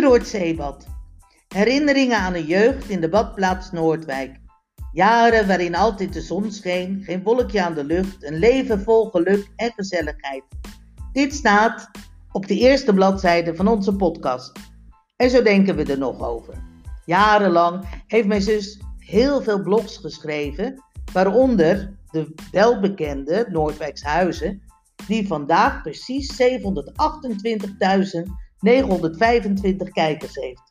Kuuroord-Zeebad. Herinneringen aan een jeugd in de badplaats Noordwijk. Jaren waarin altijd de zon scheen, geen wolkje aan de lucht, een leven vol geluk en gezelligheid. Dit staat op de eerste bladzijde van onze podcast. En zo denken we er nog over. Jarenlang heeft mijn zus heel veel blogs geschreven, waaronder de welbekende Noordwijks Huizen, die vandaag precies 728.925 kijkers heeft.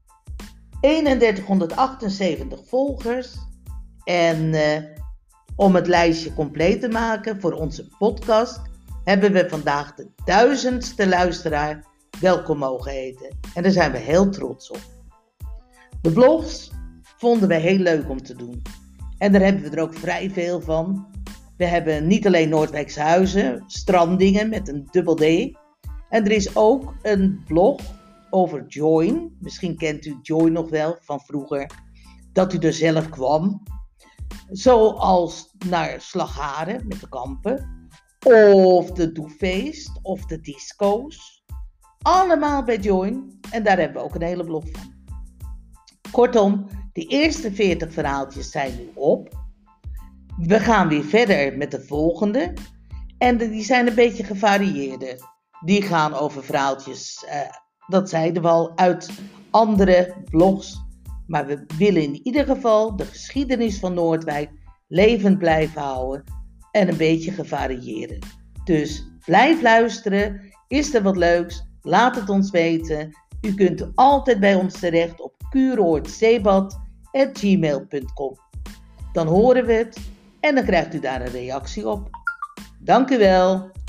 3178 volgers en om het lijstje compleet te maken voor onze podcast hebben we vandaag de 1000ste luisteraar welkom mogen heten. En daar zijn we heel trots op. De blogs vonden we heel leuk om te doen. En daar hebben we er ook vrij veel van. We hebben niet alleen Noordwijkse Huizen, strandingen met een dubbel D. En er is ook een blog over Join. Misschien kent u Join nog wel van vroeger. Dat u er zelf kwam. Zoals naar Slagharen met de kampen. Of de Doefeest of de disco's. Allemaal bij Join. En daar hebben we ook een hele blog van. Kortom, de eerste 40 verhaaltjes zijn nu op. We gaan weer verder met de volgende. En die zijn een beetje gevarieerder. Die gaan over verhaaltjes, dat zeiden we al, uit andere blogs. Maar we willen in ieder geval de geschiedenis van Noordwijk levend blijven houden. En een beetje gevarieerd. Dus blijf luisteren. Is er wat leuks? Laat het ons weten. U kunt altijd bij ons terecht op kuuroordzeebad@gmail.com. Dan horen we het en dan krijgt u daar een reactie op. Dank u wel.